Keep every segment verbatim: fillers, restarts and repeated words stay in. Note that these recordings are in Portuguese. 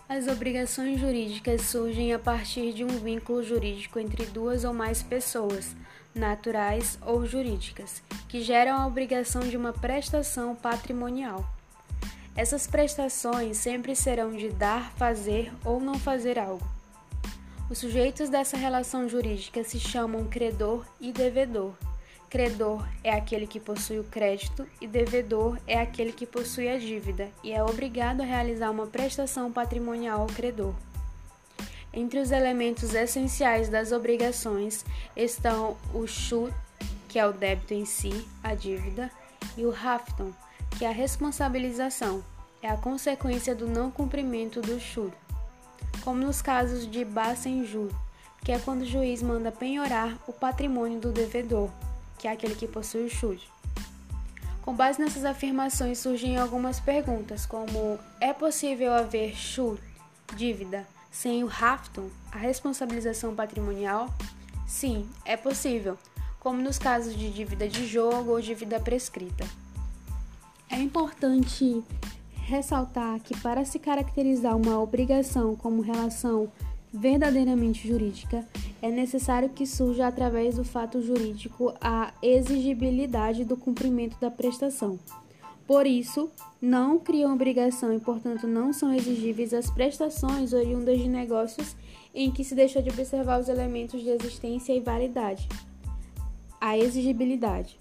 As obrigações jurídicas surgem a partir de um vínculo jurídico entre duas ou mais pessoas, naturais ou jurídicas, que geram a obrigação de uma prestação patrimonial. Essas prestações sempre serão de dar, fazer ou não fazer algo. Os sujeitos dessa relação jurídica se chamam credor e devedor. Credor é aquele que possui o crédito e devedor é aquele que possui a dívida e é obrigado a realizar uma prestação patrimonial ao credor. Entre os elementos essenciais das obrigações estão o schuld, que é o débito em si, a dívida, e o haftung, que é a responsabilização, é a consequência do não cumprimento do schuld, como nos casos de Basen-Jud, que é quando o juiz manda penhorar o patrimônio do devedor, que é aquele que possui o schuld. Com base nessas afirmações surgem algumas perguntas, como: é possível haver schuld, dívida, sem o haftung, a responsabilização patrimonial? Sim, é possível, como nos casos de dívida de jogo ou dívida prescrita. É importante ressaltar que, para se caracterizar uma obrigação como relação verdadeiramente jurídica, é necessário que surja através do fato jurídico a exigibilidade do cumprimento da prestação. Por isso, não criam obrigação e, portanto, não são exigíveis as prestações oriundas de negócios em que se deixou de observar os elementos de existência e validade. A exigibilidade.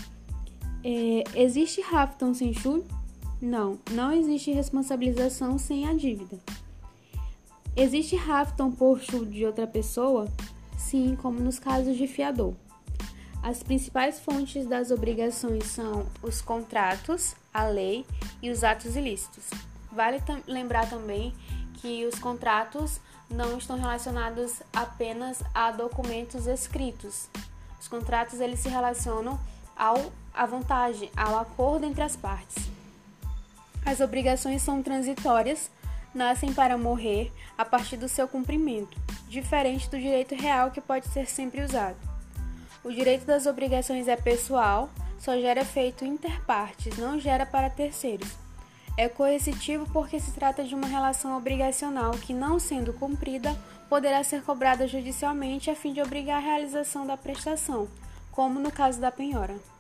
É, existe haftung sem schuld? Não, não existe responsabilização sem a dívida. Existe haftung por schuld de outra pessoa? Sim, como nos casos de fiador. As principais fontes das obrigações são os contratos, a lei e os atos ilícitos. Vale tam- lembrar também que os contratos não estão relacionados apenas a documentos escritos. Os contratos eles se relacionam ao, à vantagem, ao acordo entre as partes. As obrigações são transitórias, nascem para morrer a partir do seu cumprimento, diferente do direito real que pode ser sempre usado. O direito das obrigações é pessoal, só gera efeito interpartes, não gera para terceiros. É coercitivo porque se trata de uma relação obrigacional que, não sendo cumprida, poderá ser cobrada judicialmente a fim de obrigar a realização da prestação, como no caso da penhora.